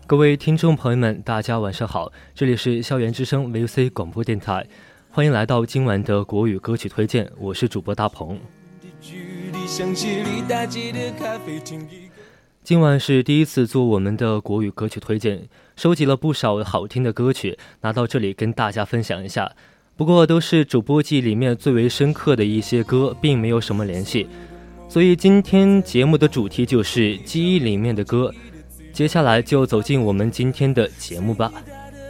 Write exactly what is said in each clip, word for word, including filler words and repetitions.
各位听众朋友们，大家晚上好，这里是校园之声 V O C 广播电台，欢迎来到今晚的国语歌曲推荐，我是主播大鹏。今晚是第一次做我们的国语歌曲推荐，收集了不少好听的歌曲，拿到这里跟大家分享一下。不过都是主播记忆里面最为深刻的一些歌，并没有什么联系。所以今天节目的主题就是记忆里面的歌。接下来就走进我们今天的节目吧。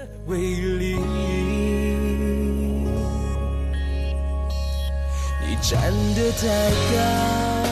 你站得太高，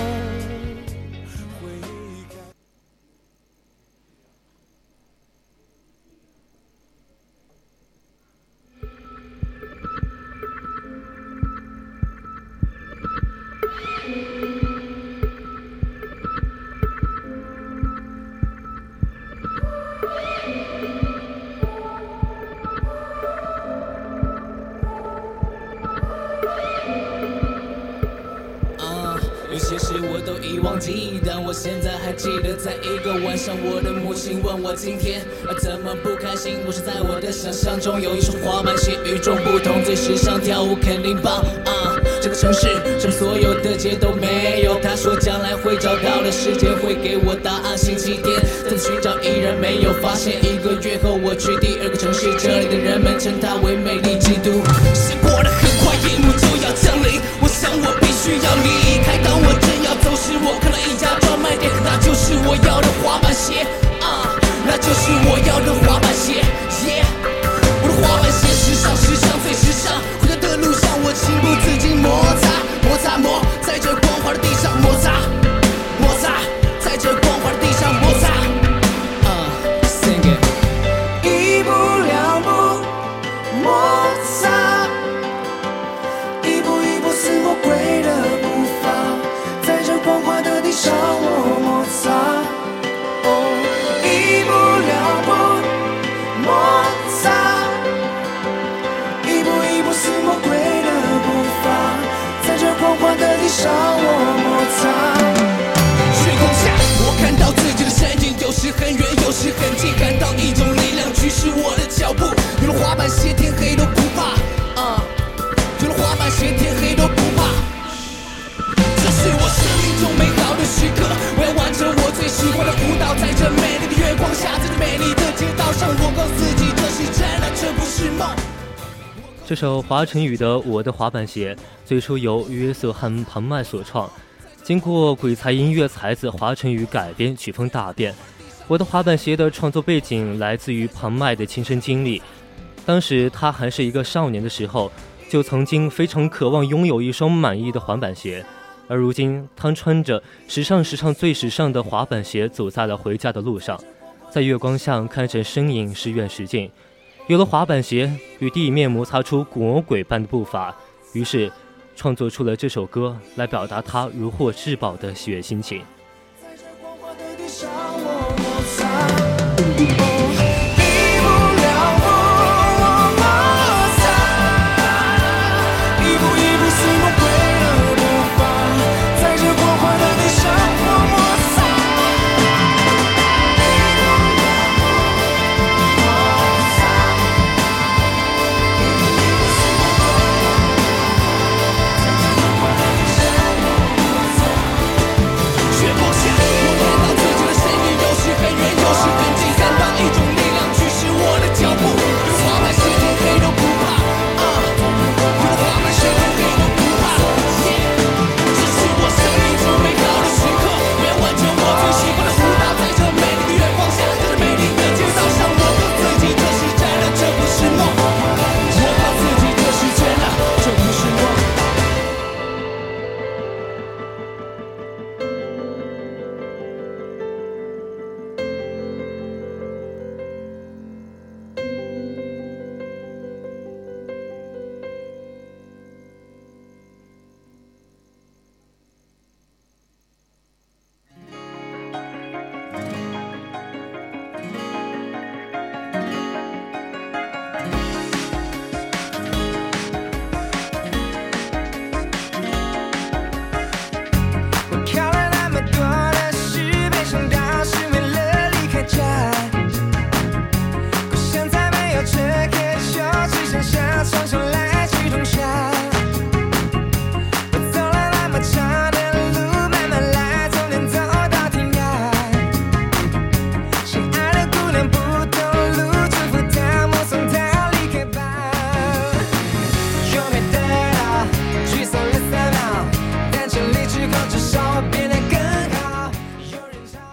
有些事我都已忘记，但我现在还记得，在一个晚上，我的母亲问我今天怎么不开心。我说在我的想象中有一双滑板鞋与众不同，最时尚，跳舞肯定棒啊！这个城市什么所有的街都没有。他说将来会找到的，时间会给我答案。星期天在寻找依然没有发现，一个月后我去第二个城市，这里的人们称它为美丽之都。时间过得很快，夜幕就要降临，我想我必须要离开。当我正要走时，我看到一家专卖店，那就是我要的滑板鞋啊，那就是我要的滑板鞋 yeah。 我的滑板鞋时尚时尚最时尚，回家的路上我情不自禁摩擦摩擦摩，在这光滑的地上摩擦摩擦，在这光滑的地上摩擦啊 sing it。 一步两步摩擦，一步一步似魔鬼的步伐，在这光滑的地上我摩擦，哦，一步两步摩擦，一步一步似魔鬼的步伐，在这光滑的地上我摩擦。月光下，我看到自己的身影，有时很远，有时很近，感到一种力量驱使我的脚步。有了滑板鞋，天黑都不怕啊！有了滑板鞋，天黑都不怕。这是我生命中美好的时刻，我要完成我最喜欢的舞蹈，在这美丽的月光下，在这美丽的街道上，我告诉自己这是真的，这不是梦。 这首华晨宇的《我的滑板鞋》最初由约瑟翰·庞麦所创，经过鬼才音乐才子华晨宇改编，曲风大变。《我的滑板鞋》的创作背景来自于庞麦的亲身经历，当时他还是一个少年的时候，就曾经非常渴望拥有一双满意的滑板鞋，而如今他穿着时尚时尚最时尚的滑板鞋走在了回家的路上，在月光下看着身影是愿实境。有了滑板鞋，与地面摩擦出魔鬼般的步伐，于是创作出了这首歌，来表达他如获至宝的喜悦心情。 在这光滑的地上我摩擦，一步两步我摩擦，一步一步似魔鬼的步伐，在这光滑的地上我摩擦。月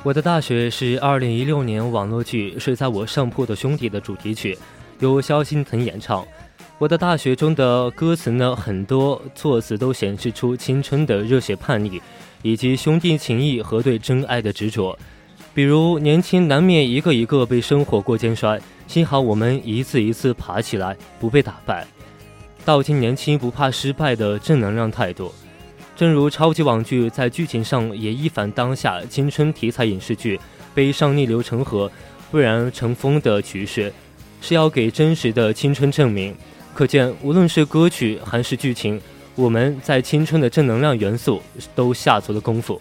我的大学是二零一六年网络剧《睡在我上铺的兄弟》的主题曲，由萧敬腾演唱。我的大学中的歌词呢，很多措辞都显示出青春的热血叛逆，以及兄弟情谊和对真爱的执着。比如年轻难免一个一个被生活过肩摔，幸好我们一次一次爬起来，不被打败。道尽年轻不怕失败的正能量态度。正如超级网剧在剧情上也一反当下青春题材影视剧悲伤逆流成河不然成风的趋势，是要给真实的青春证明。可见无论是歌曲还是剧情，我们在青春的正能量元素都下足了功夫。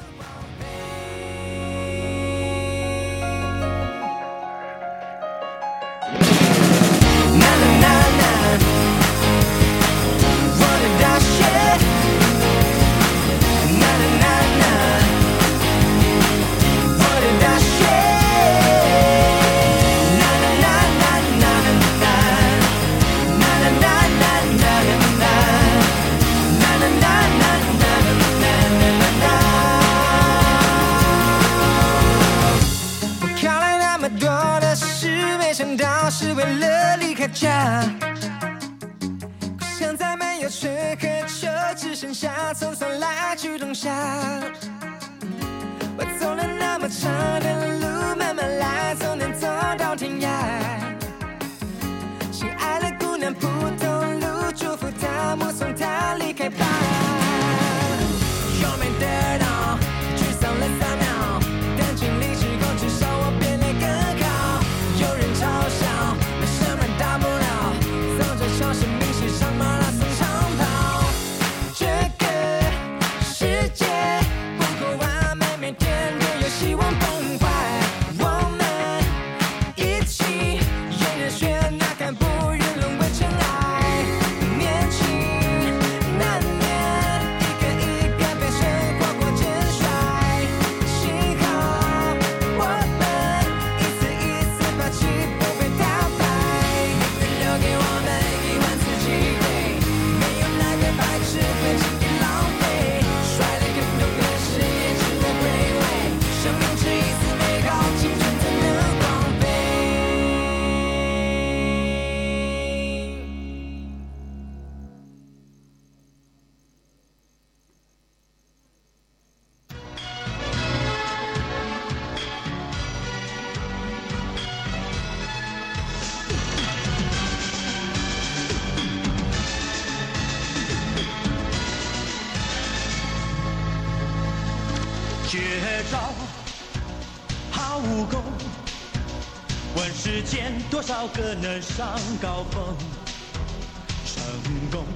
现在没有水可求，只剩下匆匆来去冬夏。我走了那么长的路，慢慢来，从南走到天涯。亲爱的姑娘，普通路，祝福她，目送她离开吧。又没得到，沮丧了三秒，但尽力之后，至少我变得更好。有人嘲笑，没什么大不了，走着小生命是场马拉松长跑。这个世界不够完美，每天都有希望崩坏。我们一起沿着悬崖，看不愿沦为尘埃。年轻难免一个一个被生活过肩摔，幸好我们一次一次放弃，不被打败。留给我们一万次机会，没有哪个白痴会轻易浪费。摔得更多更是也值得回味，生命只一次美好，青春怎能荒废。 绝招好武功，问世间多少个能上高峰？成功。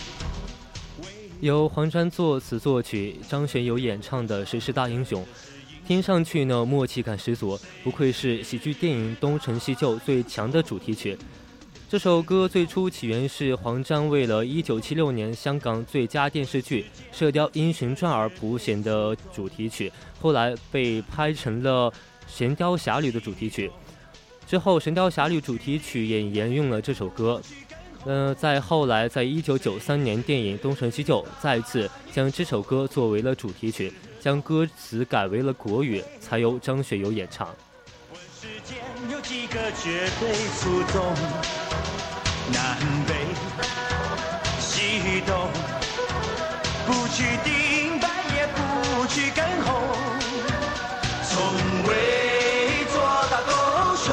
由黄沾作词作曲，张学友演唱的《谁是大英雄》，听上去呢默契感十足，不愧是喜剧电影东成西就最强的主题曲。这首歌最初起源是黄沾为了一九七六年香港最佳电视剧《射雕英雄传》而谱写的主题曲，后来被拍成了《神雕侠侣》的主题曲。之后，《神雕侠侣》主题曲也沿用了这首歌。呃，在后来，在一九九三年电影《东成西就》再次将这首歌作为了主题曲，将歌词改为了国语，才由张学友演唱。 世间有几个绝对出众，南北西东，不去顶白也不去跟红，从未做到狗熊。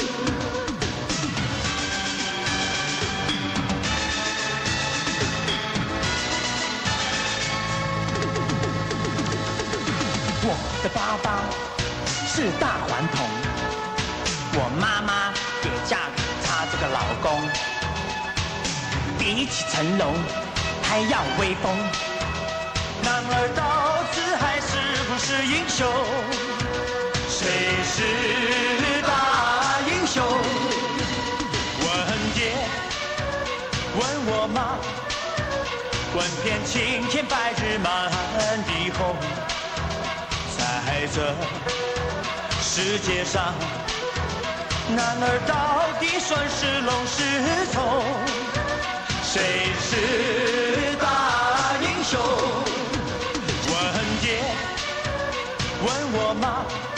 我的爸爸是大顽童，我妈妈也嫁给他这个老公，比起成龙还要威风。 男儿到此还是不是英雄？谁是大英雄？问爹，问我妈，问遍青天白日满地红。在这世界上，男儿到底算是龙是虫？谁是大英雄？问爹，问我妈。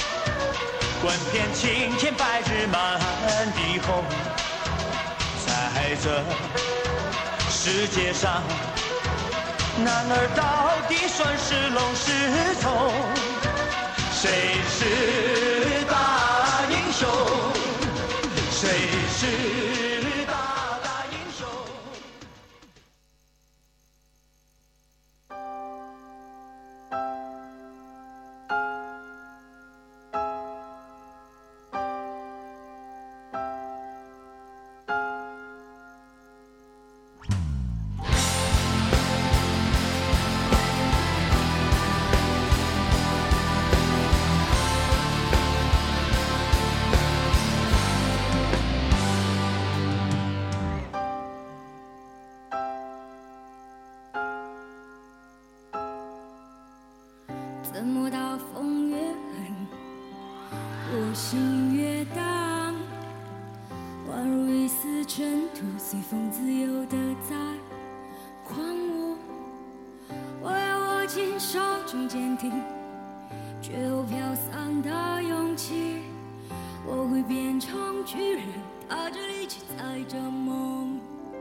问遍青天白日满地红，在这世界上，男儿到底算是龙是虫？谁是大英雄？谁是大大英雄？ 怎么大风越狠，我心越荡，宛如一丝尘土，随风自由的在狂舞。我要握紧手中坚定却又飘散的勇气，我会变成巨人，踏着力气载着梦。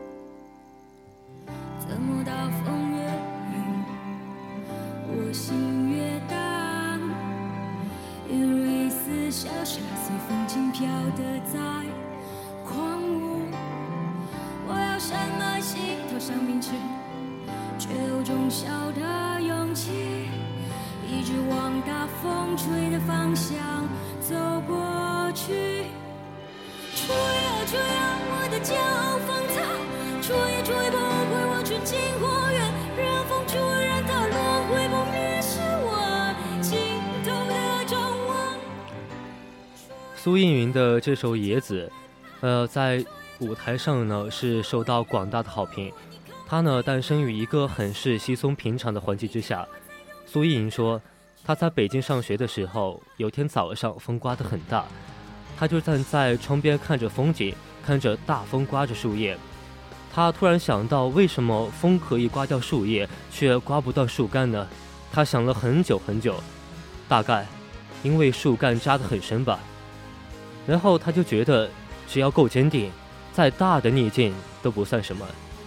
怎么大风越狠，我心越荡，犹如一丝小沙随风轻飘的在狂舞。我要深埋心头上秉持却有种小的勇气，一直往大风吹的方向走过去。吹啊吹啊，我的骄傲放纵，吹也吹不回我纯净花园，任风吹，任它轮回不灭，是我尽头的张望。 苏映云的这首《野子》，呃，在舞台上呢是受到广大的好评。她呢诞生于一个很是稀松平常的环境之下。苏映云说，她在北京上学的时候，有天早上风刮得很大，她就站在窗边看着风景，看着大风刮着树叶。她突然想到，为什么风可以刮掉树叶，却刮不到树干呢？她想了很久很久，大概因为树干扎得很深吧。然后她就觉得，只要够坚定，再大的逆境都不算什么。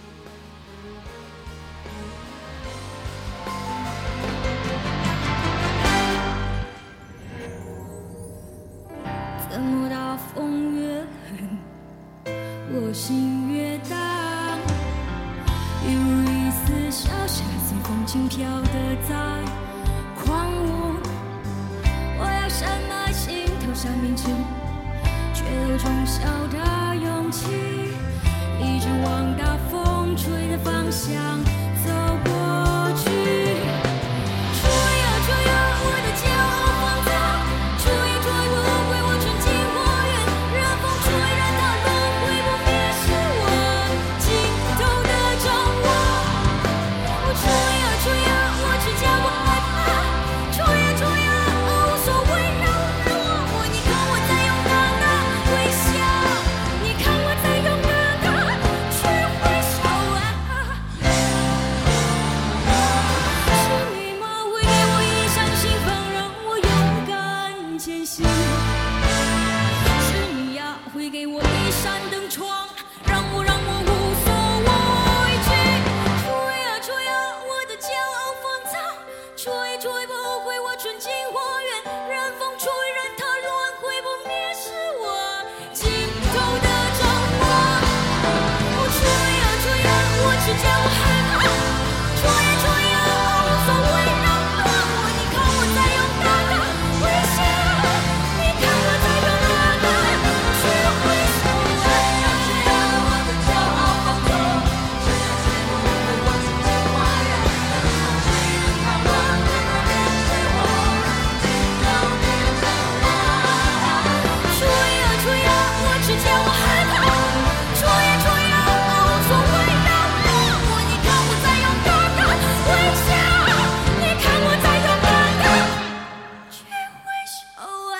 怎么大风越狠，我心越荡，犹如一丝小沙随风轻飘的在狂舞。我要深埋心头上秉持却有种小的勇气，一直往大风吹的方向走过去。吹啊吹啊，我的骄傲放纵，吹也吹不回我纯净花园，任风吹，任它轮回不灭，是我尽头的张望。我吹啊吹啊，我只叫我害怕，吹啊吹啊，哦无所谓让我我，你看我在勇敢的微笑，你看我在勇敢的去挥手啊。是你吗？会给我一扇心房，让我勇敢前行。是你呀，会给我一扇灯窗，让我让我无所畏惧。吹啊吹啊，我的骄傲放纵，吹也吹不回我纯净花园，任风吹，任它轮回不灭，是我尽头的张望。哦，吹啊吹啊，我只叫我害怕，吹啊吹啊，无所谓让我，你看我在勇敢的微笑，你看我在勇敢的去挥手啊。我的骄傲放纵，吹也吹不回我纯净花园，任它轮回不灭，是我尽头的张望。吹啊吹啊，我只叫我害怕，吹啊吹啊，无所谓让我，你看我在勇敢的微笑，你看我在勇敢的去挥手啊。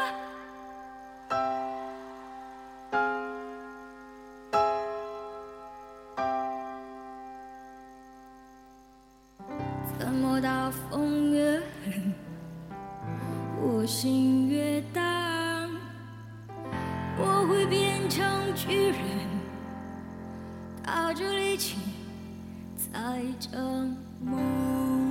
怎么大风越狠，我心越荡， 我会变成巨人，打着力气载着梦。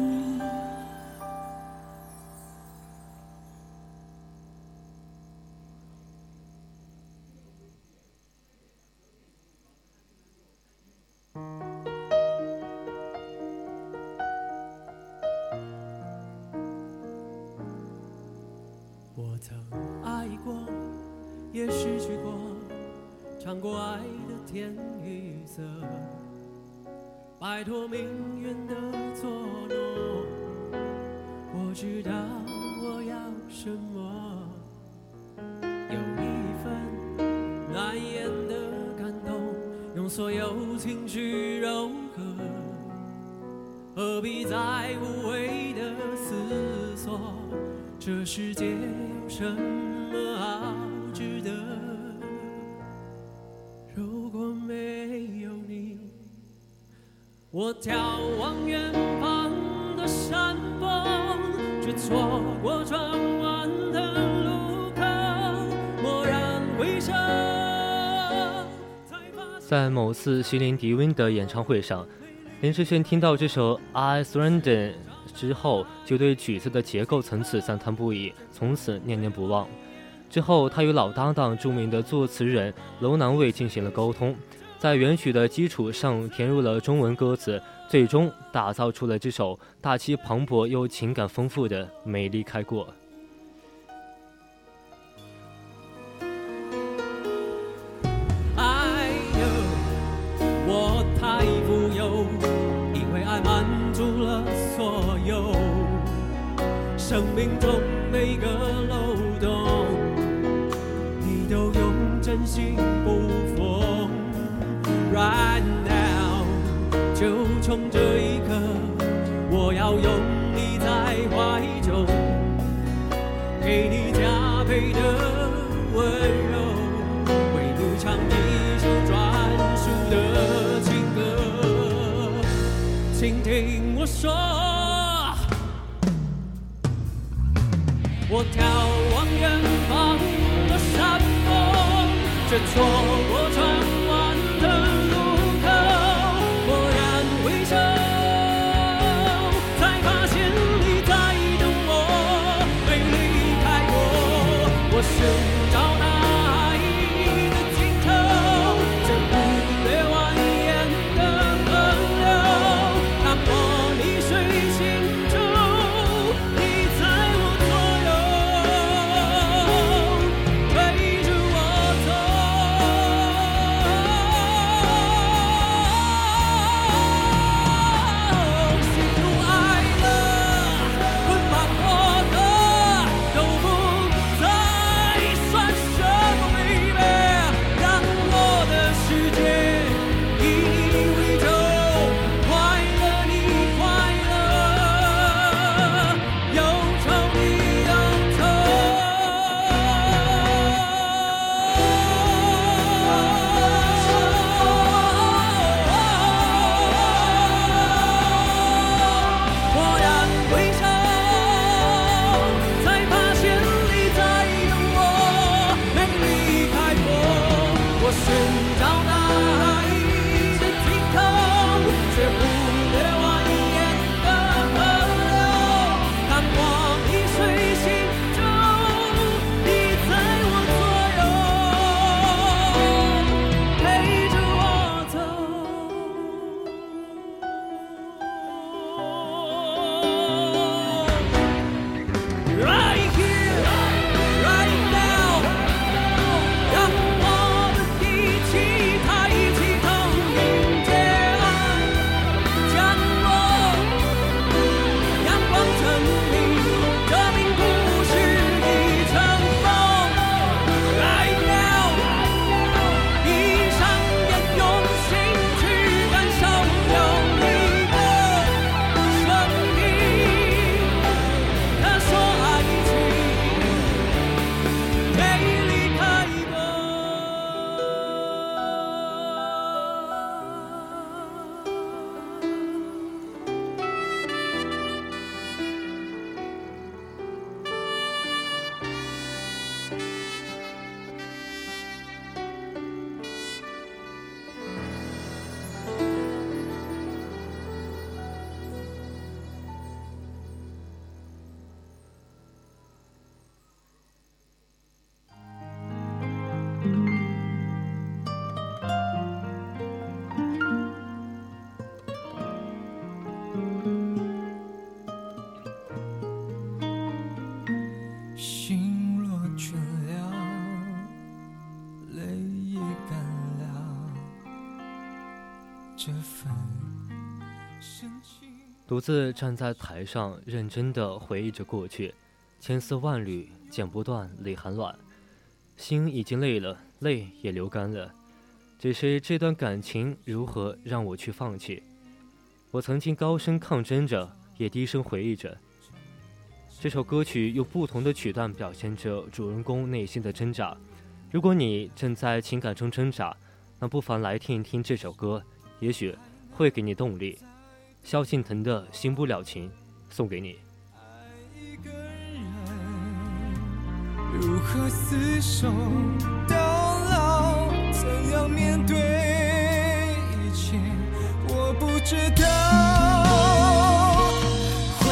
我曾爱过，也失去过，尝过爱的甜与涩，摆脱命运的捉弄。我知道我要什么，有一份难言的感动，用所有情绪柔和，何必再无谓的思索？这世界有什么好值得？如果没有你，我眺望远方的山峰，却错过转弯的路口，蓦然回首。 在某次席琳迪温的演唱会上，林志炫听到这首《I Surrender》之后，就对曲子的结构层次赞叹不已，从此念念不忘。之后，他与老搭档著名的作词人楼南卫进行了沟通，在原曲的基础上填入了中文歌词，最终打造出了这首大气磅礴又情感丰富的《美丽开过》。 爱的我太富有，因为爱满足了所有生命中每个漏洞，你都用真心不缝。Right now， 就冲这一刻，我要拥你在怀中，给你加倍的温柔，为你唱一首专属的情歌。请听我说，我眺望远方的山峰，却错过转弯的路口，蓦然回首，才发现你在等我，没离开我。我寻找大海的尽头，却忽略蜿蜒的河流，看我逆水行舟，你在我左右，陪着我走。 这份深情。 独自站在台上，认真地回忆着过去，千丝万缕剪不断，泪含卵，心已经累了，泪也流干了。只是这段感情如何让我去放弃？我曾经高声抗争着，也低声回忆着。这首歌曲用不同的曲段表现着主人公内心的挣扎。如果你正在情感中挣扎，那不妨来听一听这首歌，也许会给你动力。萧敬腾的《新不了情》送给你。 爱一个人如何厮守到老，怎样面对一切，我不知道。回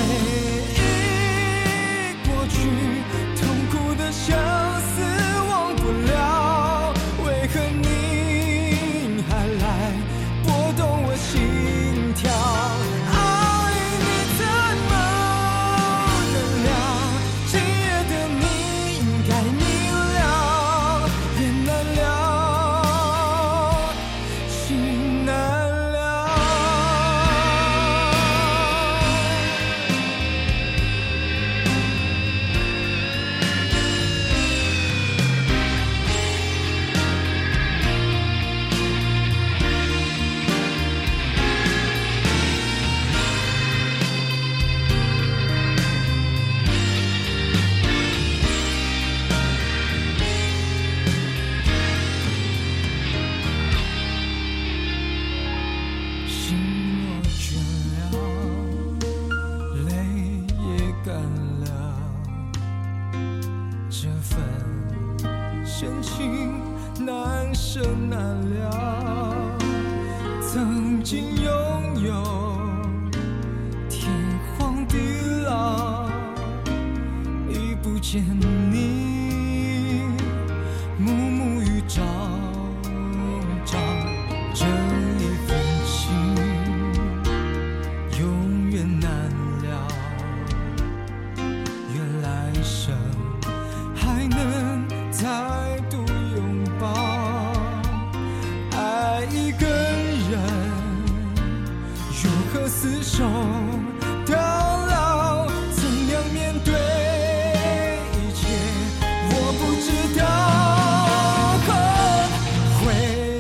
忆过去，痛苦的相思忘不了，为何你还来拨动我心跳？爱你怎么能了？今夜的你应该明了，缘难了，情难了。心若倦了，泪也干了，这份深情难舍难了。曾经拥有天荒地老，已不见你暮暮与朝朝。这一份情永远难了，愿来生还能再度拥抱。爱一个人如何厮守到老，怎样面对一切，我不知道。回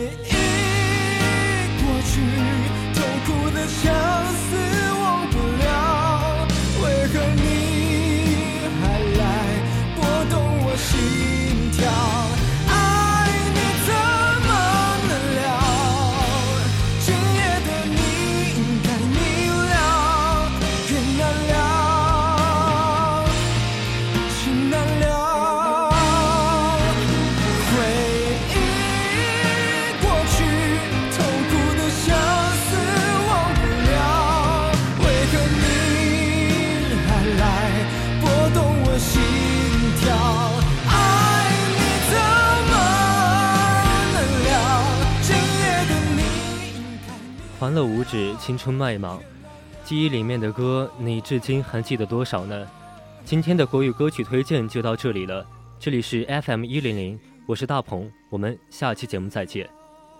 忆过去，痛苦的相思忘不了，为何你还来拨动我心跳？爱你怎么能了？今夜的你应该明了，缘难了，情难了。回忆过去，痛苦的相思忘不了，为何你还来拨动我心跳？爱你怎么能了？今夜的你应该明了。 欢乐无止，青春麦芒，记忆里面的歌，你至今还记得多少呢？今天的国语歌曲推荐就到这里了，这里是 F M 一零零，我是大鹏，我们下期节目再见。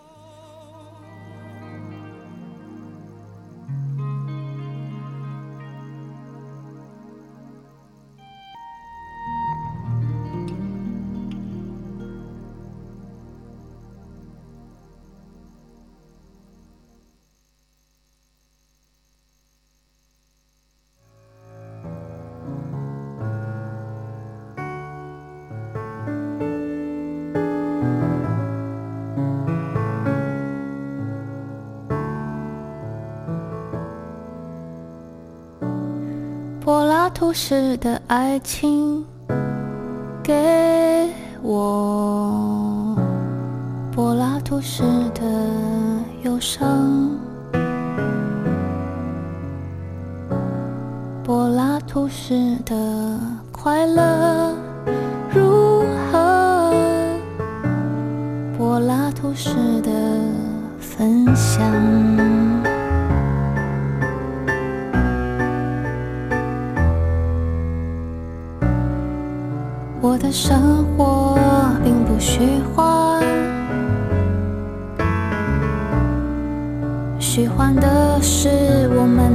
柏拉图式的爱情给我，柏拉图式的忧伤，柏拉图式的快乐如何？柏拉图式的分享。我的生活并不虚幻， 是我们